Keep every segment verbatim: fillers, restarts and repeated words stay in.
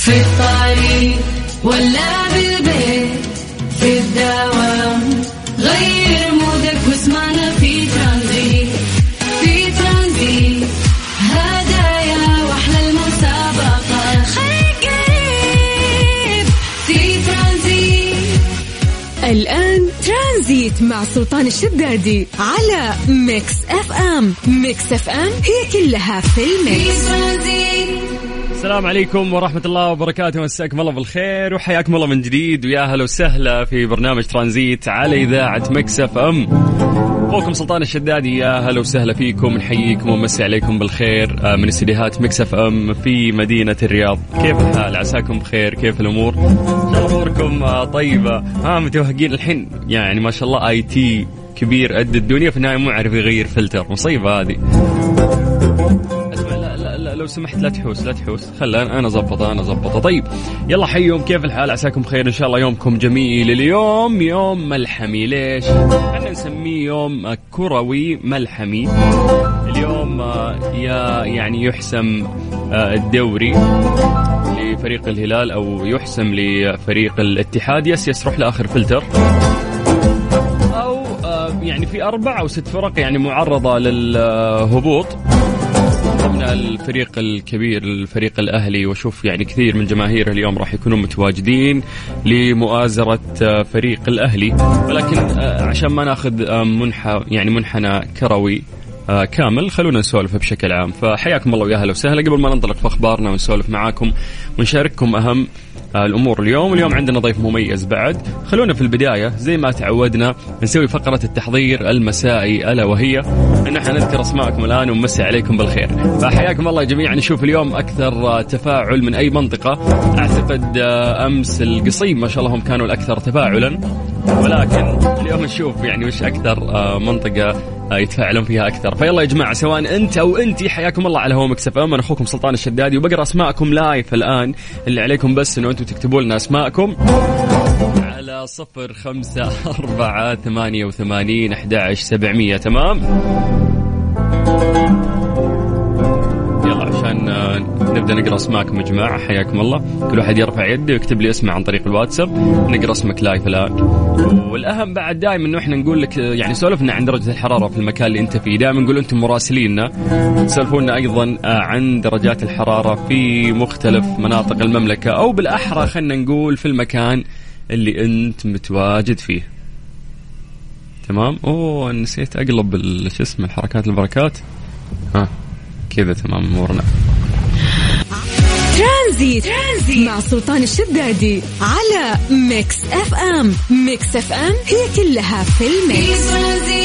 في الطريق ولا بالبيت في الدوام غير مودك واسمعنا في ترانزيت. في ترانزيت هدايا واحلى المسابقة خليك قريب في ترانزيت. الآن ترانزيت مع سلطان الشدادي على ميكس اف ام. ميكس اف ام هي كلها في الميكس. السلام عليكم ورحمة الله وبركاته، مساكم الله بالخير وحياكم الله من جديد ويا هلا وسهلا في برنامج ترانزيت على إذاعة ميكس اف ام. أخوكم سلطان الشدادي، يا هلا وسهلا فيكم، نحييكم ونمسي عليكم بالخير من استديوهات ميكس اف ام في مدينة الرياض. كيف الحال؟ عساكم بخير؟ كيف الأمور؟ أموركم طيبة؟ ها متوهقين الحين يعني ما شاء الله، اي تي كبير قد الدنيا في النهاية مو عارف يغير فلتر، مصيبة هذه. لو سمحت لا تحوس لا تحوس خلنا أنا زبطة أنا زبطة. طيب يلا حيوم، كيف الحال؟ عساكم خير إن شاء الله، يومكم جميل. اليوم يوم ملحمي، ليش؟ احنا نسميه يوم كروي ملحمي. اليوم يا يعني يحسم الدوري لفريق الهلال أو يحسم لفريق الاتحاد، يس يس روح لآخر فلتر، أو يعني في أربع أو ست فرق يعني معرضة للهبوط من الفريق الكبير الفريق الأهلي. وشوف يعني كثير من جماهيره اليوم راح يكونوا متواجدين لمؤازرة فريق الأهلي، ولكن عشان ما ناخذ منحى يعني منحنى كروي كامل خلونا نسولف بشكل عام. فحياكم الله ويا هلا وسهلا. قبل ما ننطلق في أخبارنا ونسولف معاكم ونشارككم أهم الأمور اليوم، اليوم عندنا ضيف مميز بعد. خلونا في البداية زي ما تعودنا نسوي فقرة التحضير المسائي، ألا وهي أن احنا نذكر أسماءكم الآن ونمسي عليكم بالخير. فحياكم الله جميعا. نشوف اليوم أكثر تفاعل من أي منطقة. أعتقد أمس القصيم ما شاء الله هم كانوا الأكثر تفاعلا، ولكن اليوم نشوف يعني وش أكثر منطقة يتفاعلون فيها أكثر. فيلا يا جماعة، سواء أنت أو أنتي، حياكم الله على هو ميكس اف ام. أنا أخوكم سلطان الشدادي وبقرأ أسماءكم لايف الآن. اللي عليكم بس إنه أنتم تكتبوا لنا أسماءكم على صفر خمسة أربعة ثمانية وثمانين أحد عشر سبعمية. تمام؟ يلا عشان نبدأ نقرأ اسماءكم يا جماعة. حياكم الله. كل واحد يرفع يده ويكتب لي اسمه عن طريق الواتساب، نقرأ اسمك لايف الآن. والأهم بعد دائما إنه إحنا نقول لك يعني سولفنا عن درجة الحرارة في المكان اللي أنت فيه. دائما نقول أنتم مراسليننا تسولفونا أيضا عن درجات الحرارة في مختلف مناطق المملكة، أو بالأحرى خلنا نقول في المكان اللي أنت متواجد فيه. تمام؟ أوه نسيت أقلب شو اسمه الحركات البركات. ها كذا تمام أمورنا. ترانزيت. ترانزيت مع سلطان الشدادي على ميكس اف ام. ميكس اف ام هي كلها في الميكس.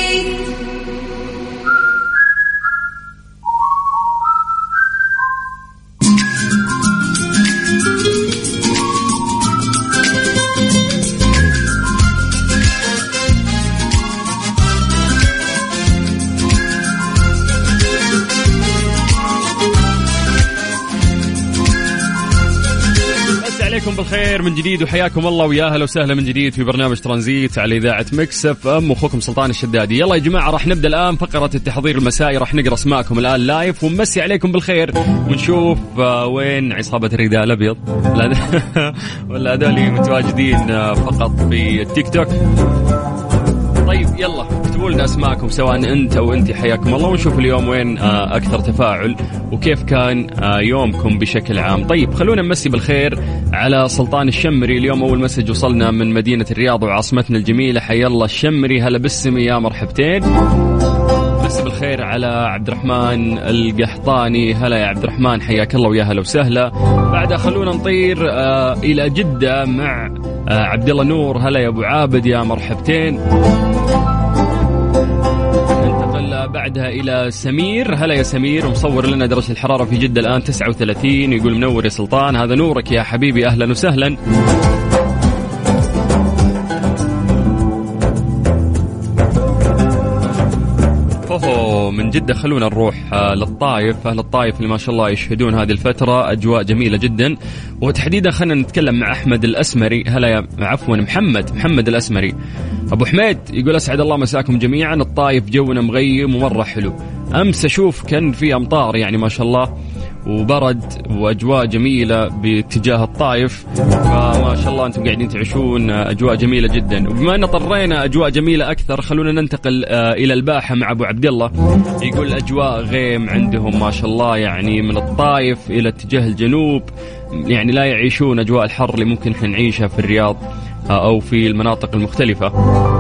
بالخير من جديد وحياكم الله ويا هلا وسهلا من جديد في برنامج ترانزيت على إذاعة ميكس اف ام. أخوكم سلطان الشدادي. يلا يا جماعة راح نبدأ الآن فقرة التحضير المسائي. راح نقرأ اسماءكم الآن لايف ونمسي عليكم بالخير ونشوف وين عصابة الرداء الأبيض ولا هذول متواجدين فقط في التيك توك. طيب يلا اكتبوا لنا اسماءكم سواء انت او انت، حياكم الله، ونشوف اليوم وين اكثر تفاعل وكيف كان يومكم بشكل عام. طيب خلونا نمسي بالخير على سلطان الشمري. اليوم اول مسج وصلنا من مدينة الرياض وعاصمتنا الجميلة. حيا الله الشمري، هلا بالسمي يا مرحبتين. مسي بالخير على عبد الرحمن القحطاني. هلا يا عبد الرحمن، حياك الله ويا هلا وسهلا. بعدها خلونا نطير آه الى جدة مع آه عبد الله نور. هلا يا ابو عابد يا مرحبتين. ننتقل بعدها الى سمير. هلا يا سمير، ومصور لنا درجة الحرارة في جدة الان تسعة وثلاثين. يقول منور يا سلطان. هذا نورك يا حبيبي، اهلا وسهلا. من جدة خلونا نروح للطائف. أهل الطائف اللي ما شاء الله يشهدون هذه الفترة أجواء جميلة جدا، وتحديدا خلنا نتكلم مع أحمد الأسمري. هلا يا عفوا محمد محمد الأسمري. أبو حميد يقول أسعد الله مساكم جميعا. الطائف جونا مغيم ومرة حلو. أمس أشوف كان في أمطار يعني ما شاء الله، وبرد وأجواء جميلة باتجاه الطائف، فما شاء الله أنتم قاعدين تعيشون أجواء جميلة جدا. وبما أن طرينا أجواء جميلة أكثر، خلونا ننتقل إلى الباحة مع أبو عبد الله. يقول أجواء غيم عندهم ما شاء الله، يعني من الطائف إلى اتجاه الجنوب، يعني لا يعيشون أجواء الحر اللي ممكن احنا نعيشها في الرياض أو في المناطق المختلفة.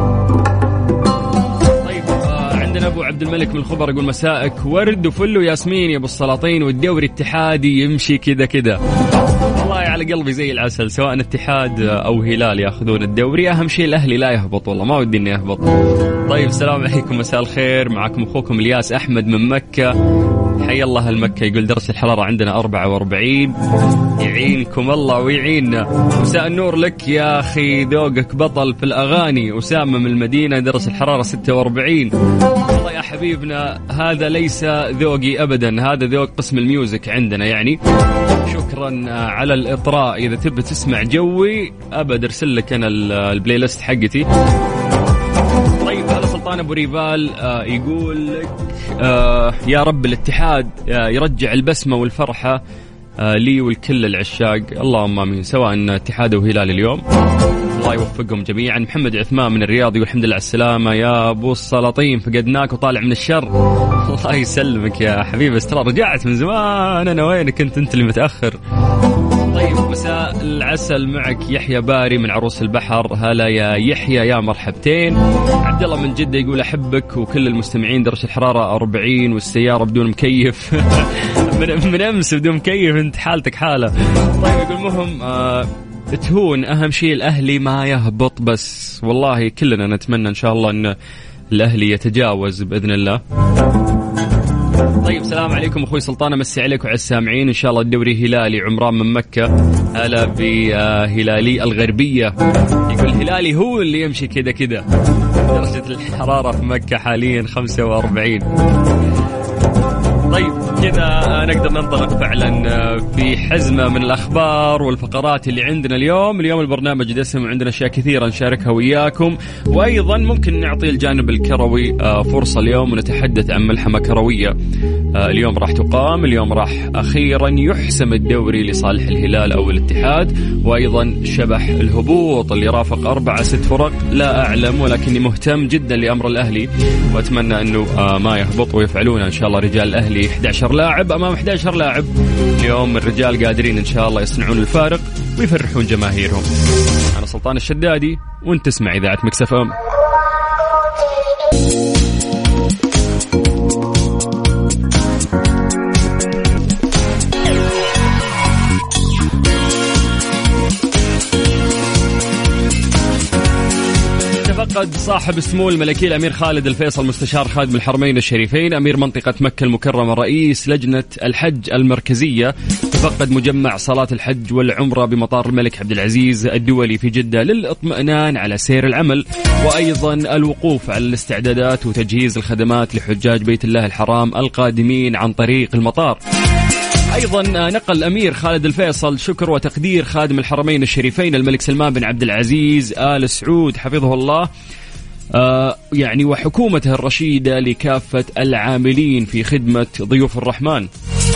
طيب عندنا أبو عبد الملك من الخبر يقول مساءك ورد وفل وياسمين يا أبو السلاطين، والدوري اتحادي يمشي كذا كذا. والله على قلبي زي العسل، سواء اتحاد أو هلال يأخذون الدوري، أهم شيء الأهلي لا يهبط، والله ما ودي إني يهبط. طيب السلام عليكم، مساء الخير، معكم أخوكم الياس أحمد من مكة، حي الله المكة. يقول درجة الحرارة عندنا أربعة وأربعين، يعينكم الله ويعيننا. مساء النور لك يا أخي، ذوقك بطل في الأغاني. أسامة من المدينة، درجة الحرارة ستة وأربعين. والله يا حبيبنا هذا ليس ذوقي أبدا، هذا ذوق قسم الميوزك عندنا يعني. شكرا على الإطراء، إذا تبي تسمع جوي أبد أرسل لك أنا البلاي ليست حقتي. طيب هذا سلطان أبو ريفال آه يقول لك آه يا رب الاتحاد آه يرجع البسمة والفرحة آه لي والكل العشاق، اللهم آمين، سواء اتحاد وهلال اليوم، الله يوفقهم جميعا. محمد عثمان من الرياض يقول الحمد لله على السلامة يا أبو السلاطين، فقدناك وطالع من الشر. الله يسلمك يا حبيبي، ترى رجعت من زمان، أنا وينك كنت أنت اللي متأخر. طيب مساء العسل، معك يحيى باري من عروس البحر. هلا يا يحيى، يا مرحبتين. عبد الله من جدة يقول أحبك وكل المستمعين، درجة الحرارة أربعين والسيارة بدون مكيف. من, من أمس بدون مكيف، أنت حالتك حالة. طيب يقول مهم آه تهون، أهم شيء الأهلي ما يهبط بس، والله كلنا نتمنى إن شاء الله أن الأهلي يتجاوز بإذن الله. طيب السلام عليكم أخوي سلطان، أمسي عليك وعلى السامعين، إن شاء الله الدوري هلالي. عمران من مكة، هلا بهلالي الغربية، يقول هلالي هو اللي يمشي كذا كذا. درجة الحرارة في مكة حاليا خمسة وأربعين. طيب كذا نقدر ننطلق فعلا في حزمة من الأخبار والفقرات اللي عندنا اليوم. اليوم البرنامج دسم وعندنا أشياء كثيرة نشاركها وياكم، وأيضا ممكن نعطي الجانب الكروي فرصة اليوم ونتحدث عن ملحمة كروية. اليوم راح تقام، اليوم راح أخيرا يحسم الدوري لصالح الهلال أو الاتحاد، وأيضا شبح الهبوط اللي رافق أربعة ست فرق، لا أعلم ولكني مهتم جدا لأمر الأهلي، وأتمنى أنه ما يهبط ويفعلون إن شاء الله رجال الأهلي. أحد عشر لاعب أمام أحد عشر لاعب، اليوم الرجال قادرين إن شاء الله يصنعون الفارق ويفرحون جماهيرهم. أنا سلطان الشدادي وانت تسمع إذاعة ميكس إف إم. فقد صاحب السمو الملكي الأمير خالد الفيصل مستشار خادم الحرمين الشريفين أمير منطقة مكة المكرمة رئيس لجنة الحج المركزية، تفقد مجمع صلاة الحج والعمرة بمطار الملك عبد العزيز الدولي في جدة للإطمئنان على سير العمل، وأيضا الوقوف على الاستعدادات وتجهيز الخدمات لحجاج بيت الله الحرام القادمين عن طريق المطار. أيضا نقل الأمير خالد الفيصل شكر وتقدير خادم الحرمين الشريفين الملك سلمان بن عبد العزيز آل سعود حفظه الله آه يعني وحكومته الرشيدة لكافة العاملين في خدمة ضيوف الرحمن.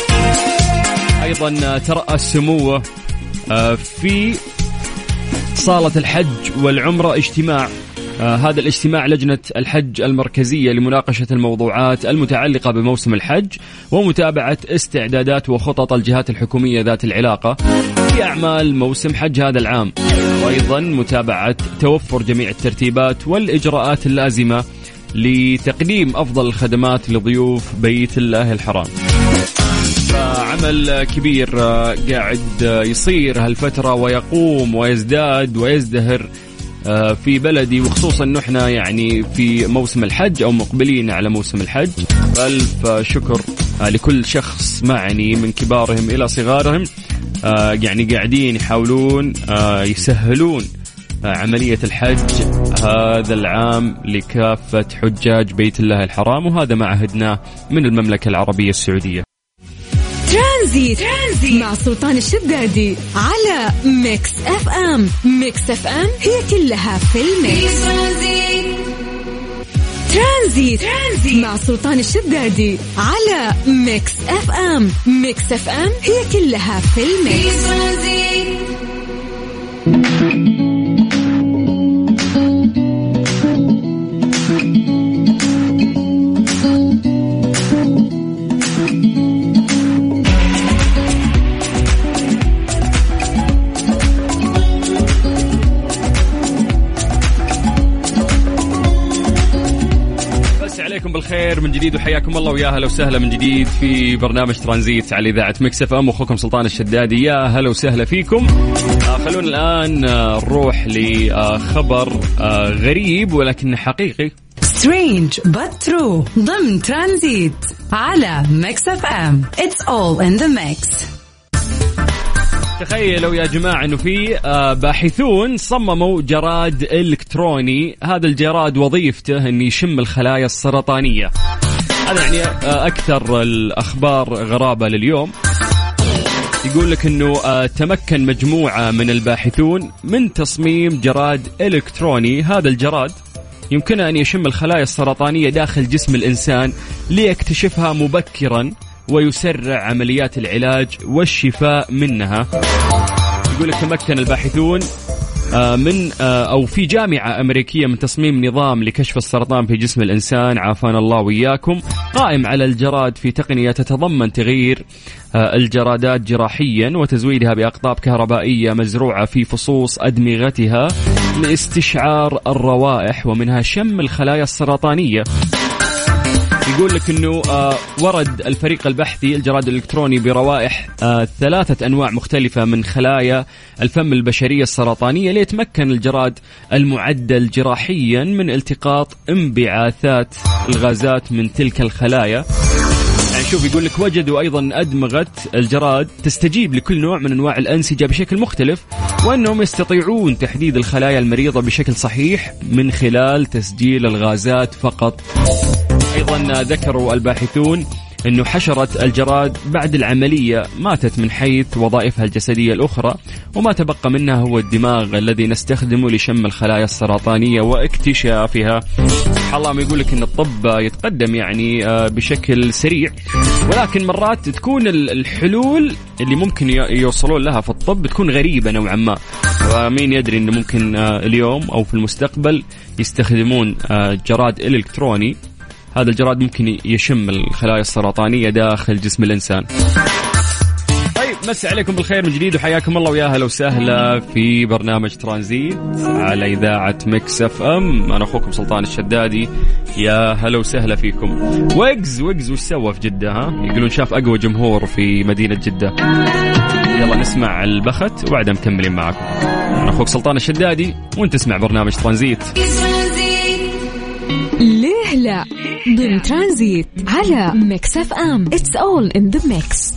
أيضا ترأس سموه آه في صالة الحج والعمرة اجتماع آه هذا الاجتماع لجنة الحج المركزية لمناقشة الموضوعات المتعلقة بموسم الحج ومتابعة استعدادات وخطط الجهات الحكومية ذات العلاقة في أعمال موسم حج هذا العام، وأيضا متابعة توفر جميع الترتيبات والإجراءات اللازمة لتقديم أفضل الخدمات لضيوف بيت الله الحرام. فعمل كبير قاعد يصير هالفترة ويقوم ويزداد ويزدهر في بلدي، وخصوصا نحن يعني في موسم الحج أو مقبلين على موسم الحج. ألف شكر لكل شخص معني من كبارهم إلى صغارهم، يعني قاعدين يحاولون يسهلون عملية الحج هذا العام لكافة حجاج بيت الله الحرام، وهذا ما عهدناه من المملكة العربية السعودية. ترانزيت. ترانزيت مع سلطان الشدادي على ميكس اف ام. ميكس اف ام هي كلها في الميكس. ترانزيت, ترانزيت مع سلطان الشدادي على ميكس اف ام. ميكس اف ام هي كلها في الميكس. بالخير من جديد وحياكم الله ويا هلا وسهلا من جديد في برنامج ترانزيت على إذاعة ميكس اف ام. واخوكم سلطان الشدادي، يا هلا وسهلا فيكم. آه خلونا الآن آه نروح لخبر آه غريب ولكن حقيقي. Strange but true ضمن ترانزيت على ميكس اف ام. It's all in the mix. تخيلوا يا جماعة أنه في باحثون صمموا جراد إلكتروني. هذا الجراد وظيفته أن يشم الخلايا السرطانية. هذا يعني أكثر الأخبار غرابة لليوم. يقول لك أنه تمكن مجموعة من الباحثون من تصميم جراد إلكتروني. هذا الجراد يمكنه أن يشم الخلايا السرطانية داخل جسم الإنسان ليكتشفها مبكراً ويسرع عمليات العلاج والشفاء منها. يقول لك تمكن الباحثون من أو في جامعة أمريكية من تصميم نظام لكشف السرطان في جسم الإنسان، عافانا الله وإياكم، قائم على الجراد في تقنية تتضمن تغيير الجرادات جراحيا وتزويدها بأقطاب كهربائية مزروعة في فصوص أدمغتها لاستشعار الروائح ومنها شم الخلايا السرطانية. يقول لك أنه آه ورد الفريق البحثي الجراد الإلكتروني بروائح آه ثلاثة أنواع مختلفة من خلايا الفم البشرية السرطانية ليتمكن الجراد المعدل جراحيا من التقاط انبعاثات الغازات من تلك الخلايا. يعني شوف، يقول لك وجدوا أيضا أدمغة الجراد تستجيب لكل نوع من أنواع الأنسجة بشكل مختلف، وأنهم يستطيعون تحديد الخلايا المريضة بشكل صحيح من خلال تسجيل الغازات فقط. أيضا ذكروا الباحثون أنه حشرة الجراد بعد العملية ماتت من حيث وظائفها الجسدية الأخرى، وما تبقى منها هو الدماغ الذي نستخدمه لشم الخلايا السرطانية واكتشافها. سبحان الله، ما يقول لك أن الطب يتقدم يعني بشكل سريع، ولكن مرات تكون الحلول اللي ممكن يوصلون لها في الطب بتكون غريبة نوعا ما، ومين يدري أنه ممكن اليوم أو في المستقبل يستخدمون جراد إلكتروني. هذا الجراد ممكن يشم الخلايا السرطانية داخل جسم الإنسان. طيب، مسي عليكم بالخير من جديد وحياكم الله ويا هلا وسهلا في برنامج ترانزيت على إذاعة ميكس اف ام. أنا أخوكم سلطان الشدادي، يا هلا وسهلا فيكم. ويجز ويجز وش سوى في جدة؟ ها يقولون شاف أقوى جمهور في مدينة جدة. يلا نسمع البخت وبعدها مكملين معكم. أنا أخوك سلطان الشدادي وانت تسمع برنامج ترانزيت. ليه لا ضمن ترانزيت على ميكس اف ام. It's all in the mix.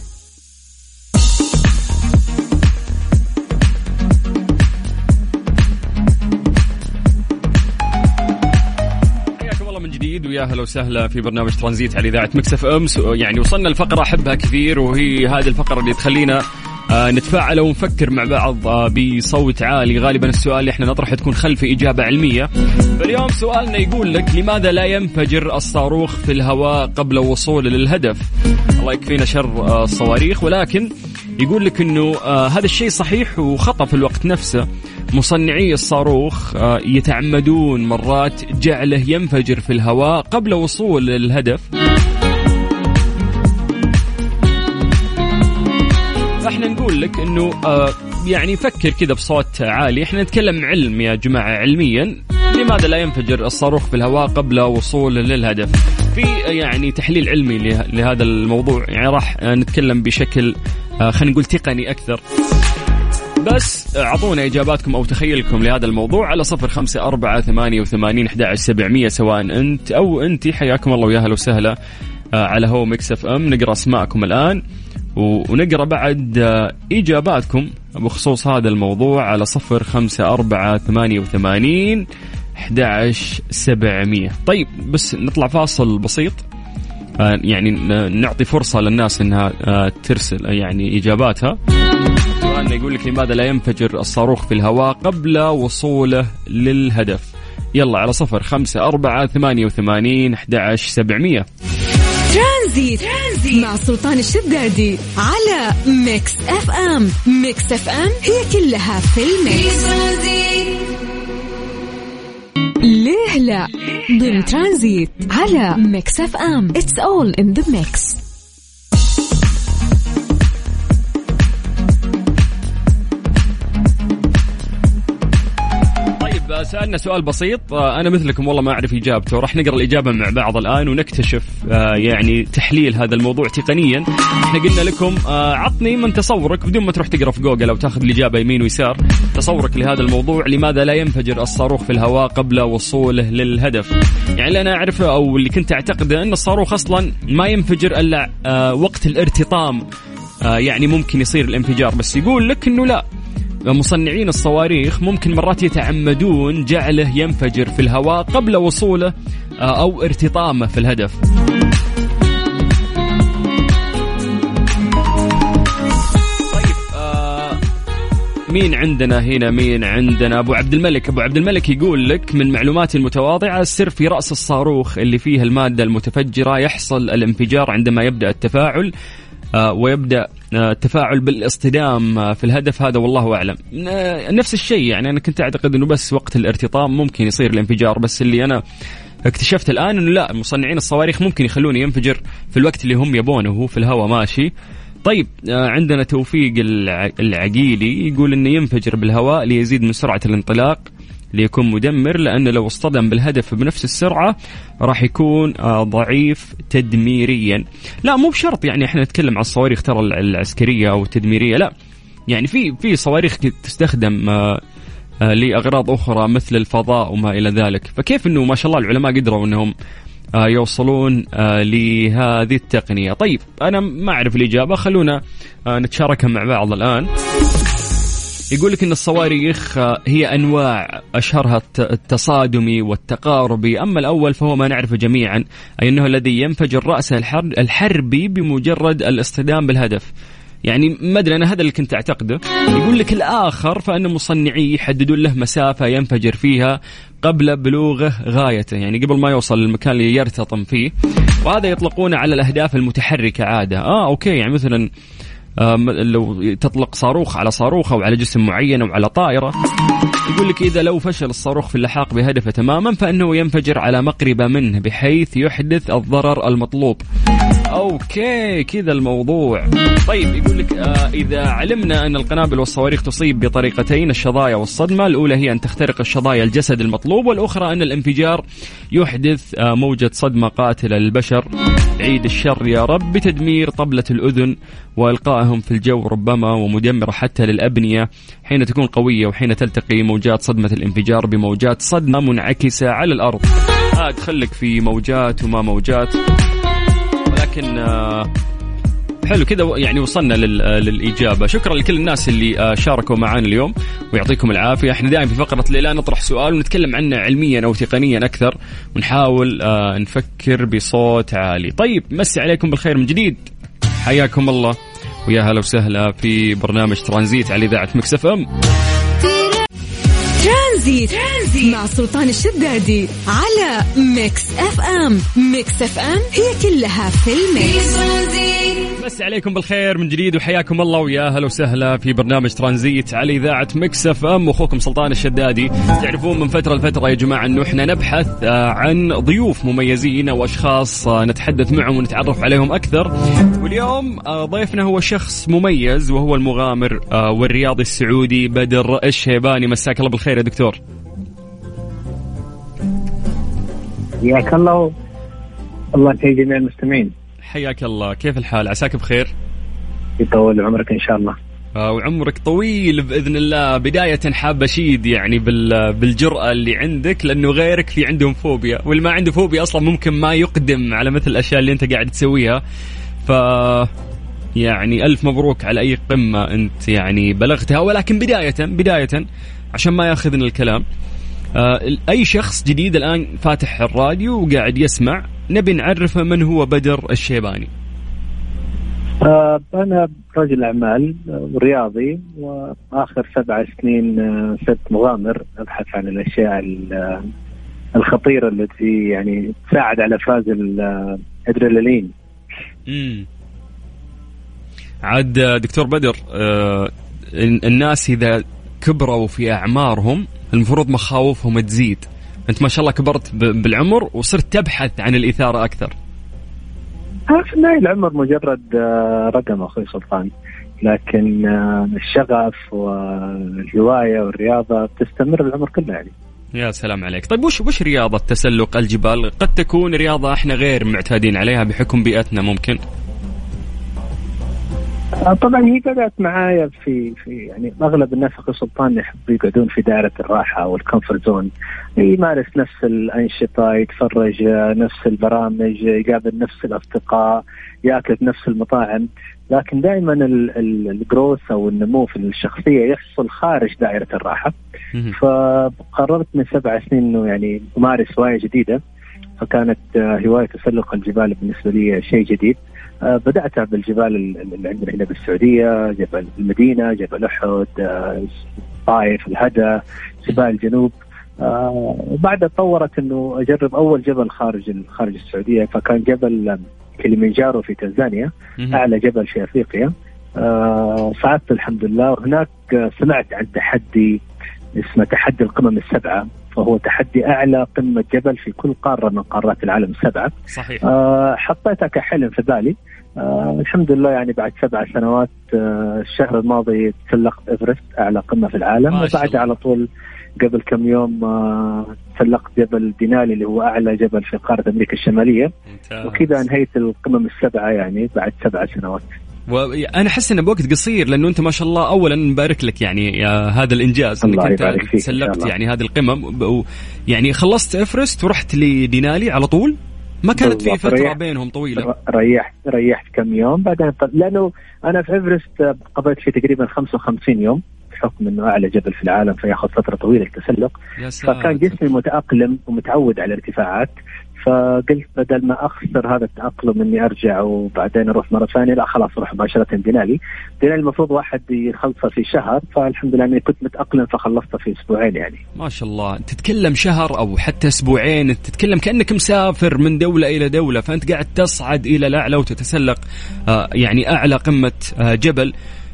حياكم الله من جديد ويا هلا وسهلا في برنامج ترانزيت على إذاعة ميكس اف ام. يعني وصلنا الفقرة أحبها كثير، وهي هذه الفقرة اللي تخلينا آه نتفاعل ونفكر مع بعض آه بصوت عالي. غالبا السؤال اللي احنا نطرحه تكون خلفه إجابة علمية. فاليوم سؤالنا يقول لك: لماذا لا ينفجر الصاروخ في الهواء قبل وصوله للهدف؟ الله يكفينا شر آه الصواريخ. ولكن يقول لك انه آه هذا الشيء صحيح وخطأ في الوقت نفسه. مصنعي الصاروخ آه يتعمدون مرات جعله ينفجر في الهواء قبل وصول للهدف. احنا نقول لك انه آه يعني فكر كذا بصوت عالي. احنا نتكلم علم يا جماعة، علميا لماذا لا ينفجر الصاروخ في الهواء قبل وصول للهدف؟ في يعني تحليل علمي لهذا الموضوع، يعني راح نتكلم بشكل آه خلينا نقول تقني اكثر. بس اعطونا اجاباتكم او تخيلكم لهذا الموضوع على صفر خمسة أربعة ثمانية وثمانين أحد عشر سبعمية، سواء انت او انتي. حياكم الله ويا هلا وسهلا آه على هو ميكس اف ام. نقرا اسماءكم الان ونقرأ بعد إجاباتكم بخصوص هذا الموضوع على صفر خمسة أربعة ثمانية وثمانين أحد عشر سبعمية. طيب بس نطلع فاصل بسيط، يعني نعطي فرصة للناس أنها ترسل يعني إجاباتها. سؤالنا يقول لك: لماذا لا ينفجر الصاروخ في الهواء قبل وصوله للهدف؟ يلا على صفر خمسة أربعة ثمانية وثمانين أحد عشر سبعمية. ترانزيت. ترانزيت مع سلطان الشدادي على ميكس اف ام. ميكس اف ام هي كلها في الميكس. ليه لا ضمن ترانزيت على ميكس اف ام. It's all in the mix. سألنا سؤال بسيط، أنا مثلكم والله ما أعرف إجابته، راح نقرأ الإجابة مع بعض الآن ونكتشف يعني تحليل هذا الموضوع تقنيا. إحنا قلنا لكم عطني من تصورك بدون ما تروح تقرأ في جوجل أو تأخذ الإجابة يمين ويسار، تصورك لهذا الموضوع. لماذا لا ينفجر الصاروخ في الهواء قبل وصوله للهدف؟ يعني اللي أنا أعرفه أو اللي كنت أعتقده أن الصاروخ أصلا ما ينفجر إلا وقت الارتطام، يعني ممكن يصير الانفجار، بس يقول لك أنه لا، مصنعين الصواريخ ممكن مرات يتعمدون جعله ينفجر في الهواء قبل وصوله أو ارتطامه في الهدف. طيب آه مين عندنا هنا؟ مين عندنا؟ أبو عبد الملك. أبو عبد الملك يقول لك من معلوماتي المتواضعة، السر في رأس الصاروخ اللي فيه المادة المتفجرة، يحصل الانفجار عندما يبدأ التفاعل ويبدأ التفاعل بالاصطدام في الهدف، هذا والله أعلم. نفس الشيء يعني أنا كنت أعتقد أنه بس وقت الارتطام ممكن يصير الانفجار، بس اللي أنا اكتشفت الآن أنه لا، مصنعين الصواريخ ممكن يخلونه ينفجر في الوقت اللي هم يبونه وهو في الهواء ماشي. طيب عندنا توفيق العقيلي يقول أنه ينفجر بالهواء ليزيد من سرعة الانطلاق ليكون مدمر، لأنه لو اصطدم بالهدف بنفس السرعة راح يكون ضعيف تدميريا. لا مو بشرط يعني احنا نتكلم عن الصواريخ ترى العسكرية أو التدميرية، لا يعني في في صواريخ تستخدم لأغراض أخرى مثل الفضاء وما إلى ذلك. فكيف إنه ما شاء الله العلماء قدروا إنهم يوصلون لهذه التقنية؟ طيب أنا ما أعرف الإجابة، خلونا نتشاركها مع بعض الآن. يقول لك إن الصواريخ هي أنواع، أشهرها التصادمي والتقاربي. أما الأول فهو ما نعرفه جميعا، أي أنه الذي ينفجر رأسه الحربي بمجرد الاصطدام بالهدف. يعني ما أدري أنا هذا اللي كنت أعتقده. يقول لك الآخر فأن مصنعي يحددون له مسافة ينفجر فيها قبل بلوغه غايته، يعني قبل ما يوصل للمكان اللي يرتطم فيه، وهذا يطلقونه على الأهداف المتحركة عادة. آه أوكي، يعني مثلا لو تطلق صاروخ على صاروخ أو على جسم معين أو على طائرة، يقول لك إذا لو فشل الصاروخ في اللحاق بهدفه تماما فإنه ينفجر على مقربة منه بحيث يحدث الضرر المطلوب. أوكي كذا الموضوع. طيب يقول لك آه إذا علمنا أن القنابل والصواريخ تصيب بطريقتين، الشظايا والصدمة. الأولى هي أن تخترق الشظايا الجسد المطلوب، والأخرى أن الانفجار يحدث آه موجة صدمة قاتلة للبشر، عيد الشر يا رب، بتدمير طبلة الأذن وإلقائهم في الجو ربما، ومدمرة حتى للأبنية حين تكون قوية، وحين تلتقي موجات صدمة الانفجار بموجات صدمة منعكسة على الأرض. آه تخلك في موجات وما موجات، ولكن آه حلو كذا يعني وصلنا للإجابة. شكرا لكل الناس اللي آه شاركوا معنا اليوم ويعطيكم العافية. احنا دائما في فقرة ليلى نطرح سؤال ونتكلم عنه علميا أو تقنيا أكثر، ونحاول آه نفكر بصوت عالي. طيب مسي عليكم بالخير من جديد، حياكم الله ويا هلا وسهلا في برنامج ترانزيت على إذاعة ميكس اف ام. ترانزيت. ترانزيت مع سلطان الشدادي على ميكس اف ام. ميكس اف ام هي كلها في الميكس. بس عليكم بالخير من جديد وحياكم الله ويا هلا وسهلا في برنامج ترانزيت على إذاعة ميكس اف ام، واخوكم سلطان الشدادي. تعرفون من فترة لفترة يا جماعة انه احنا نبحث عن ضيوف مميزين واشخاص نتحدث معهم ونتعرف عليهم اكثر، واليوم ضيفنا هو شخص مميز وهو المغامر والرياضي السعودي بدر الشيباني. مساك الله بالخير يا دكتور. حياك الله، الله يحيي جميع المستمعين. حياك الله، كيف الحال؟ عساك بخير؟ يطول عمرك إن شاء الله. آه وعمرك طويل بإذن الله. بداية حاب أشيد يعني بالجرأة اللي عندك، لأنه غيرك في عندهم فوبيا، واللي ما عنده فوبيا أصلا ممكن ما يقدم على مثل الأشياء اللي أنت قاعد تسويها. ف يعني ألف مبروك على أي قمة أنت يعني بلغتها. ولكن بداية بداية عشان ما ياخذنا الكلام، آه أي شخص جديد الآن فاتح الراديو وقاعد يسمع، نبي نعرفه من هو بدر الشيباني. آه أنا رجل أعمال ورياضي، وآخر سبع سنين صرت مغامر أبحث عن الأشياء الخطيرة التي يعني تساعد على افراز الادرينالين. امم عاد دكتور بدر، آه الناس اذا كبروا في اعمارهم المفروض مخاوفهم تزيد. انت ما شاء الله كبرت بالعمر وصرت تبحث عن الإثارة اكثر. في النهاية العمر مجرد رقم أخوي سلطان، لكن الشغف والهواية والرياضة تستمر العمر كله يعني. يا سلام عليك. طيب وش وش رياضة تسلق الجبال؟ قد تكون رياضة احنا غير معتادين عليها بحكم بيئتنا ممكن. طبعا هي بدأت معايا في في يعني أغلب الناس أخوي سلطان يحبوا يقعدون في دائرة الراحة والكومفورت زون، يمارس نفس الأنشطة، يتفرج نفس البرامج، يقابل نفس الأصدقاء، يأكل نفس المطاعم. لكن دائما الجروث أو النمو في الشخصية يحصل خارج دائرة الراحة. فقررت من سبع سنين إنه يعني أمارس هواية جديدة، فكانت هواية تسلق الجبال بالنسبة لي شيء جديد. بدأتها بالجبال اللي عندنا هنا بالسعودية، جبل المدينة، جبل أحد، طائف، الهدى، جبال الجنوب. وبعدها تطورت إنه أجرب أول جبل خارج خارج السعودية، فكان جبل كليمنجارو في تنزانيا، أعلى جبل في أفريقيا. صعدت الحمد لله. وهناك سمعت عن تحدي اسمه تحدي القمم السبعة، فهو تحدي أعلى قمة جبل في كل قارة من قارات العالم السبعة. صحيح. آه حطيتها كحلم في بالي. آه الحمد لله يعني بعد سبع سنوات آه الشهر الماضي تسلقت إيفرست أعلى قمة في العالم، وبعد على طول قبل كم يوم آه تسلقت جبل دينالي اللي هو أعلى جبل في قارة أمريكا الشمالية. ممتاز. وكذا انهيت القمم السبعة يعني بعد سبع سنوات. وأنا أحس إنه بوقت قصير، لأنه أنت ما شاء الله أولا نبارك لك يعني هذا الإنجاز إنك أنت تسلقت يعني هذه القمم، يعني خلصت إيفرست ورحت لدينالي على طول، ما كانت في فترة ريح بينهم طويلة؟ ريحت ريحت كم يوم بعدين، لأنه أنا في إيفرست قضيت فيه تقريبا خمسة وخمسين يوم بحكم إنه أعلى جبل في العالم فيأخذ فترة طويلة التسلق، فكان جسمي متأقلم ومتعود على الارتفاعات. فقلت بدل ما أخسر هذا التأقلم إني أرجع وبعدين أروح مرة ثانية، لا خلاص أروح مباشرة دينالي. دينالي المفروض واحد يخلصه في شهر، فالحمد لله أني كنت متأقلم فخلصته في أسبوعين يعني. ما شاء الله. تتكلم شهر أو حتى أسبوعين، تتكلم كأنك مسافر من دولة إلى دولة، فأنت قاعد تصعد إلى الأعلى وتتسلق آه يعني أعلى قمة آه جبل.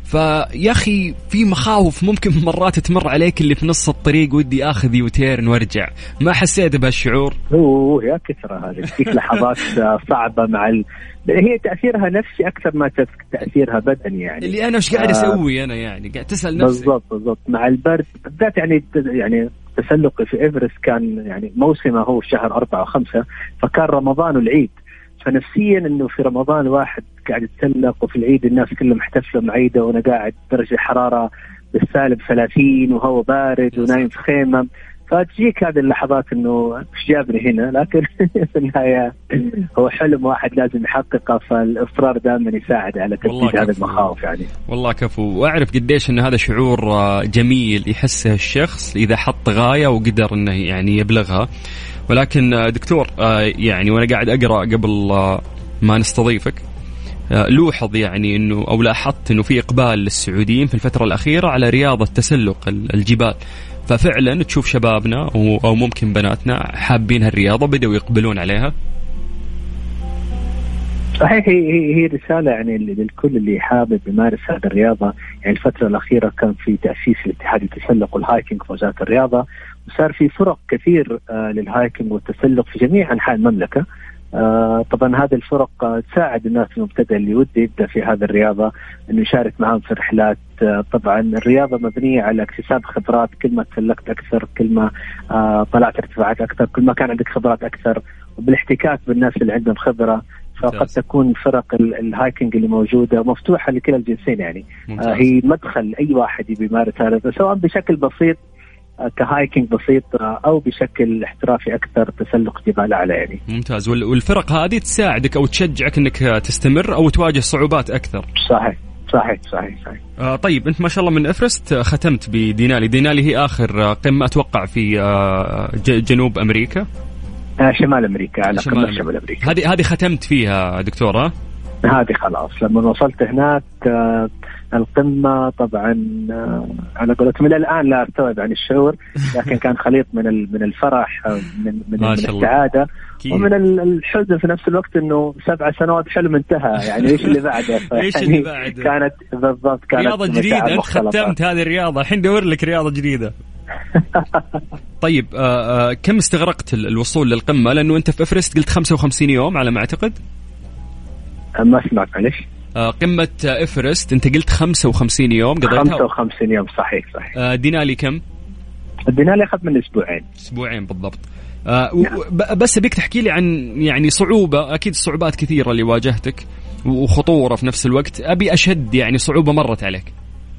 فيا أخي في مخاوف ممكن مرات تمر عليك اللي في نص الطريق ودي أخذ يوتيرن وارجع، ما حسيت بهالشعور؟ أوه يا كثرة هذه، فيك لحظات صعبة مع ال... هي تأثيرها نفسي أكثر ما تأثيرها بدني يعني. اللي أنا وش قاعد آه أسوي أنا يعني قاعد تسأل نفسي. بالضبط بالضبط. مع البرد بالذات يعني يعني تسلق في إيفرست كان يعني موسمه هو شهر أربعة وخمسة، فكان رمضان والعيد، فنفسيا انه في رمضان واحد قاعد يتسلق وفي العيد الناس كلهم محتفلة معيدة وانا قاعد درجة حرارة بالسالب ثلاثين وهو بارد ونايم في خيمة، فتجيك هذه اللحظات انه ايش جابني هنا. لكن في النهاية هو حلم واحد لازم يحققه، فالاصرار دائما يساعد على تنفيذ هذه المخاوف يعني. والله كفو. واعرف قديش ان هذا شعور جميل يحسه الشخص اذا حط غاية وقدر انه يعني يبلغها. ولكن دكتور يعني وانا قاعد اقرا قبل ما نستضيفك لوحظ يعني انه او لاحظت انه في اقبال للسعوديين في الفتره الاخيره على رياضه تسلق الجبال، ففعلا تشوف شبابنا او ممكن بناتنا حابين هالرياضه بدأوا يقبلون عليها. صحيح. هي هي رساله يعني للكل اللي حابب يمارس هذه الرياضه. يعني الفتره الاخيره كان في تاسيس الاتحاد التسلق والهايكنج في وزاره الرياضه، وصار في فرق كثير آه للهايكنج والتسلق في جميع انحاء المملكه. آه طبعا هذه الفرق آه تساعد الناس المبتدئ اللي ودي يبدا في هذه الرياضه انه يشارك معهم في رحلات. آه طبعا الرياضه مبنيه على اكتساب خبرات، كل ما تسلقت اكثر، كل ما آه طلعت ارتفاعات اكثر، كل ما كان عندك خبرات اكثر، وبالاحتكاك بالناس اللي عندهم خبره. فقد تكون فرق الهايكنج اللي موجودة مفتوحة لكل الجنسين يعني. آه هي مدخل أي واحد يبي يمارس هذا، سواء بشكل بسيط آه كهايكنج بسيط آه أو بشكل احترافي أكثر تسلق جبال أعلى يعني. ممتاز. والفرق هذه تساعدك أو تشجعك أنك تستمر أو تواجه صعوبات أكثر. صحيح صحيح صحيح صحيح. آه طيب أنت ما شاء الله من إيفرست ختمت بدينالي. دينالي هي آخر قمة أتوقع في آه جنوب أمريكا، شمال أمريكا، على قمة شمال أمريكا. هذه هذه ختمت فيها دكتورة؟ هذه خلاص لما وصلت هناك القمة طبعا أنا قلت من الآن لا أستوعب عن الشعور، لكن كان خليط من من الفرح من من, من السعادة ومن الحزن في نفس الوقت، إنه سبع سنوات حلم انتهى، يعني إيش اللي بعده؟ إيش اللي بعده؟ كانت بالضبط كانت رياضة جديدة، أنت ختمت هذه الرياضة، الحين دور لك رياضة جديدة. طيب آه آه كم استغرقت الوصول للقمة؟ لأنه أنت في إفرست قلت خمسة وخمسين يوم على ما أعتقد. ما سمعت معلش. آه قمة إفرست أنت قلت خمسة وخمسين يوم قضيتها. خمسة وخمسين يوم صحيح صحيح. آه دينالي كم؟ الدينالي أخذ من أسبوعين. أسبوعين بالضبط. آه نعم. بس أبيك تحكي لي عن يعني صعوبة، أكيد صعوبات كثيرة اللي واجهتك وخطورة في نفس الوقت، أبي أشد يعني صعوبة مرت عليك.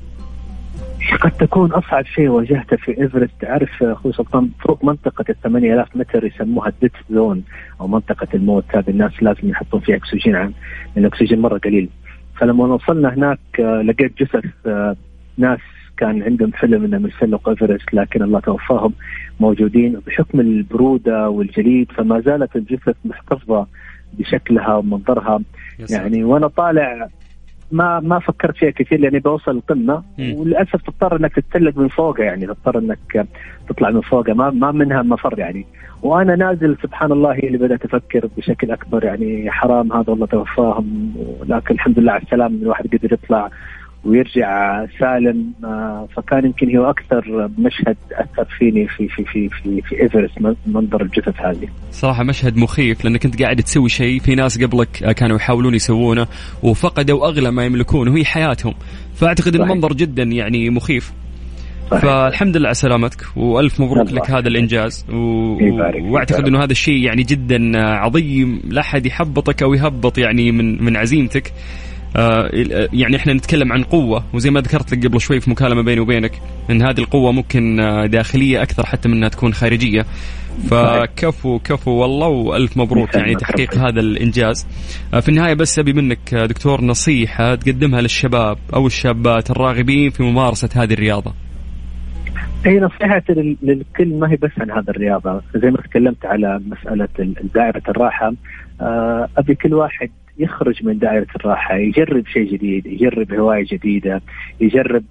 قد تكون أصعب شيء واجهته في إيفرست، تعرف أخوي سلطان، فوق منطقة الثمانية آلاف متر يسموها الديت زون أو منطقة الموت، هذه الناس لازم يحطون فيها أكسجين، عن الأكسجين مرة قليل. فلما وصلنا هناك لقيت جثث ناس كان عندهم حلم إنهم يسلقوا إيفرست، لكن الله توفاهم موجودين بحكم البرودة والجليد، فما زالت الجثث محتفظة بشكلها ومنظرها يعني. وأنا طالع ما ما فكرت فيها كثير لأني بوصل القمة، وللأسف تضطر إنك تتسلق من فوقها، يعني تضطر إنك تطلع من فوقها، ما ما منها مفر يعني. وأنا نازل سبحان الله هي اللي بدأت أفكر بشكل أكبر، يعني حرام هذا الله توفاهم، لكن الحمد لله على السلام الواحد قدر يطلع ويرجع سالم. فكان يمكن هو أكثر مشهد أثر فيني في في في في في إيفرست، منظر الجثث هذه. صراحة مشهد مخيف، لأنك كنت قاعد تسوي شيء في ناس قبلك كانوا يحاولون يسوونه وفقدوا أغلى ما يملكونه وهي حياتهم، فأعتقد المنظر جدا يعني مخيف. صحيح. فالحمد لله على سلامتك وألف مبروك الله. لك هذا الإنجاز و... وأعتقد أنه هذا الشيء يعني جدا عظيم، لا أحد يحبطك أو يهبط يعني من من عزيمتك. آه يعني احنا نتكلم عن قوة، وزي ما ذكرت لك قبل شوي في مكالمة بيني وبينك ان هذه القوة ممكن داخلية اكثر حتى من انها تكون خارجية. فكفو كفو والله والف مبروك يعني تحقيق هذا الانجاز. آه في النهاية بس ابي منك دكتور نصيحة تقدمها للشباب او الشابات الراغبين في ممارسة هذه الرياضة. هي نصيحة للكل، ما هي بس عن هذا الرياضة، زي ما تكلمت على مسألة دائرة الراحة. آه ابي كل واحد يخرج من دائرة الراحة، يجرب شيء جديد، يجرب هواية جديدة، يجرب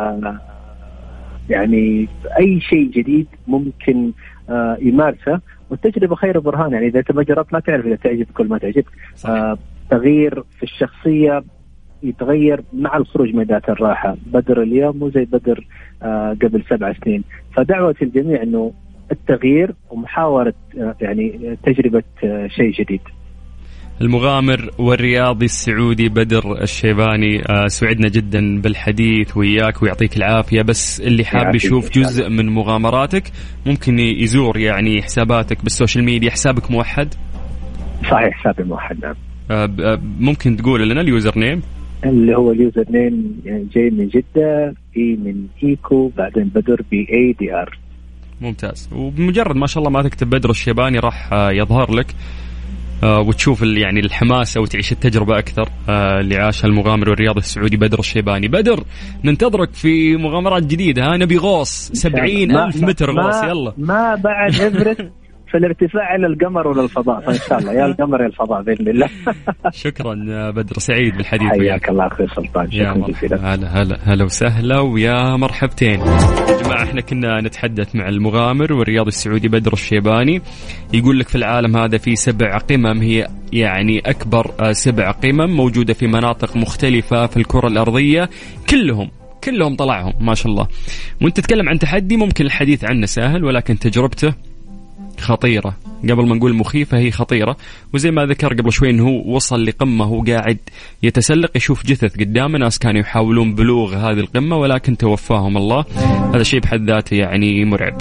يعني أي شيء جديد ممكن يمارسه، والتجربة خير برهان. يعني إذا أنت ما جربت ما تعرف إذا تعجب كل ما تعجبك. تغيير في الشخصية يتغير مع الخروج من دائرة الراحة. بدر اليوم مو زي بدر قبل سبع سنين. فدعوة الجميع إنه التغيير ومحاولة يعني تجربة شيء جديد. المغامر والرياضي السعودي بدر الشيباني، آه سعدنا جدا بالحديث وياك ويعطيك العافية. بس اللي حاب يشوف جزء من مغامراتك ممكن يزور يعني حساباتك بالسوشيال ميديا. حسابك موحد؟ صحيح حسابي موحد نعم. آه ممكن تقول لنا اليوزر نيم؟ اللي هو اليوزر نيم يعني جاي من جدة، اي من ايكو، بعدين بدر بي اي دي ار. ممتاز. وبمجرد ما شاء الله ما تكتب بدر الشيباني راح آه يظهر لك آه وتشوف يعني الحماسة وتعيش التجربة أكثر آه اللي عاشها المغامر والرياضي السعودي بدر الشيباني. بدر ننتظرك في مغامرات جديدة. ها نبي غوص سبعين ألف متر غوص. يلا ما بعد إيفرست في الارتفاع إلى القمر ولا الفضاء، فإن شاء الله يا القمر يا الفضاء بإذن الله. شكرا بدر، سعيد بالحديث وياك. حياك الله أخوي سلطان. شكرا جزيلا. هلا هلا هلا وسهلا ويا مرحبتين. يا جماعة احنا كنا نتحدث مع المغامر والرياضي السعودي بدر الشيباني. يقول لك في العالم هذا في سبع قمم، هي يعني أكبر سبع قمم موجودة في مناطق مختلفة في الكرة الأرضية. كلهم كلهم طلعهم ما شاء الله. وانت تتكلم عن تحدي ممكن الحديث عنه سهل، ولكن تجربته خطيرة. قبل ما نقول مخيفة هي خطيرة. وزي ما ذكر قبل شوي انه هو وصل لقمة، هو قاعد يتسلق يشوف جثث قدامه، ناس كانوا يحاولون بلوغ هذه القمة ولكن توفاهم الله. هذا شيء بحد ذاته يعني مرعب.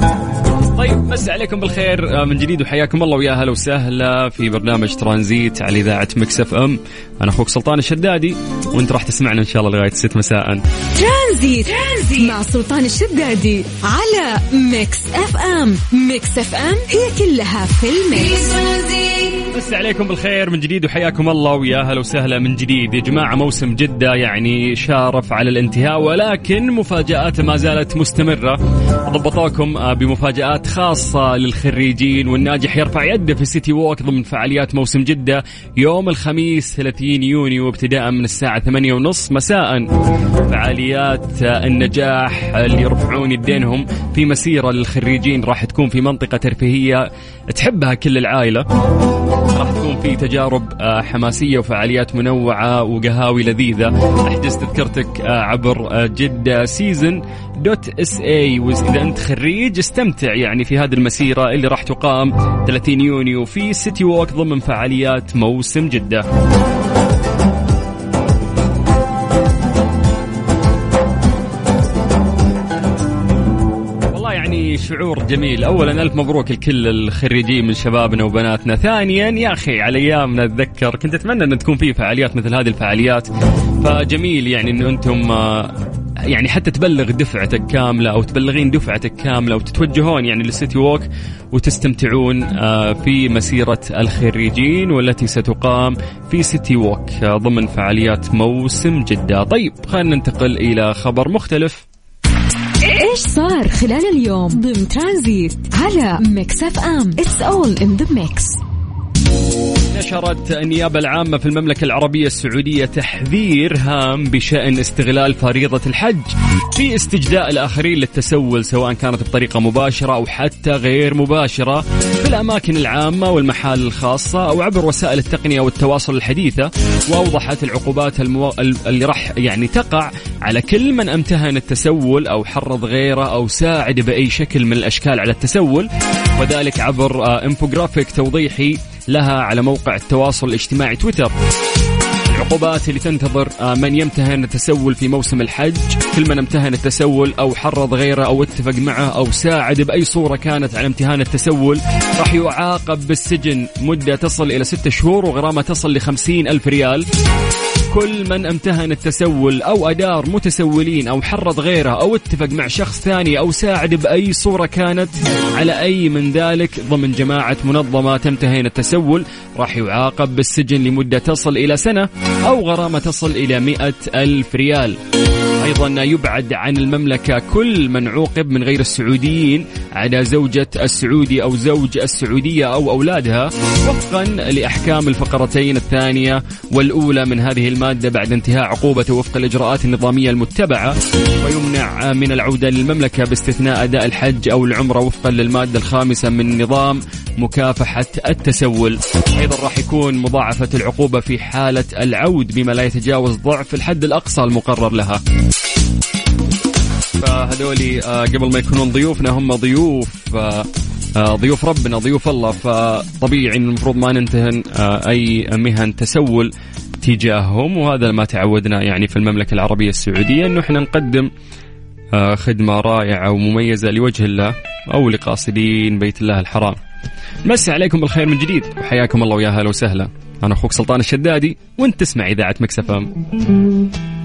طيب مساء عليكم بالخير من جديد وحياكم الله ويا هلا وسهلا في برنامج ترانزيت على إذاعة ميكس اف ام. أنا أخوك سلطان الشدادي وأنت راح تسمعنا إن شاء الله لغاية ست مساء. ترانزيت. ترانزيت مع سلطان الشدادي على ميكس اف ام. ميكس اف ام هي كلها في الميكس. بس عليكم بالخير من جديد وحياكم الله ويا هلا وسهلا من جديد يا جماعة. موسم جدة يعني شارف على الانتهاء، ولكن مفاجآت ما زالت مستمرة. ضبطوكم بمفاجآت خاصة للخريجين، والناجح يرفع يده في سيتي ووك ضمن فعاليات موسم جدة يوم الخميس ثلاثين يونيو ابتداء من الساعة ثمانية ونص مساء. فعاليات النجاح اللي يرفعون يدينهم في مسيرة للخريجين راح تكون في منطقة ترفيهية تحبها كل العائلة. راح تكون في تجارب حماسية وفعاليات منوعة وقهاوي لذيذة. احجز تذكرتك عبر جدة سيزن دوت اس اي. وإذا أنت خريج استمتع يعني في هذه المسيرة اللي راح تقام ثلاثين يونيو في سيتي ووك ضمن فعاليات موسم جدة. شعور جميل. أولا ألف مبروك لكل الخريجين من شبابنا وبناتنا. ثانيا يا أخي على أيامنا أتذكر كنت أتمنى أن تكون في فعاليات مثل هذه الفعاليات، فجميل يعني أن أنتم يعني حتى تبلغ دفعتك كاملة أو تبلغين دفعتك كاملة وتتوجهون يعني للسيتي ووك وتستمتعون في مسيرة الخريجين والتي ستقام في سيتي ووك ضمن فعاليات موسم جدة. طيب خلينا ننتقل إلى خبر مختلف. إيش صار خلال اليوم ضمن ترانزيت على ميكس اف ام. It's all in the mix. نشرت النيابة العامة في المملكة العربية السعودية تحذير هام بشأن استغلال فريضة الحج في استجداء الآخرين للتسول، سواء كانت بطريقة مباشرة أو حتى غير مباشرة في الأماكن العامة والمحال الخاصة أو عبر وسائل التقنية والتواصل الحديثة. وأوضحت العقوبات المو... اللي راح يعني تقع على كل من امتهن التسول أو حرض غيره أو ساعد بأي شكل من الأشكال على التسول، وذلك عبر انفوجرافيك توضيحي لها على موقع التواصل الاجتماعي تويتر. العقوبات اللي تنتظر من يمتهن التسول في موسم الحج: كل من امتهن التسول أو حرض غيره أو اتفق معه أو ساعد بأي صورة كانت على امتهان التسول راح يعاقب بالسجن مدة تصل إلى ستة شهور وغرامة تصل لخمسين ألف ريال. كل من امتهن التسول أو أدار متسولين أو حرض غيره أو اتفق مع شخص ثاني أو ساعد بأي صورة كانت على أي من ذلك ضمن جماعة منظمة تمتهن التسول راح يعاقب بالسجن لمدة تصل إلى سنة أو غرامة تصل إلى مئة ألف ريال. أيضا يبعد عن المملكة كل من عوقب من غير السعوديين على زوجة السعودي أو زوج السعودية أو أولادها وفقا لأحكام الفقرتين الثانية والأولى من هذه المادة بعد انتهاء عقوبته وفق الإجراءات النظامية المتبعة. ويمنع من العودة للمملكة باستثناء أداء الحج أو العمرة وفقا للمادة الخامسة من نظام مكافحة التسول. أيضا راح يكون مضاعفة العقوبة في حالة العود بما لا يتجاوز ضعف الحد الأقصى المقرر لها. فهذولي قبل ما يكونون ضيوفنا هم ضيوف ضيوف ربنا ضيوف الله، فطبيعي المفروض ما ننتهن أي مهن تسول تجاههم. وهذا ما تعودنا يعني في المملكة العربية السعودية أنه إحنا نقدم خدمة رائعة ومميزة لوجه الله أو لقاصدين بيت الله الحرام. مسي عليكم بالخير من جديد وحياكم الله ويا هلا وسهلا. أنا أخوك سلطان الشدادي وانت تسمع إذاعة ميكس اف ام.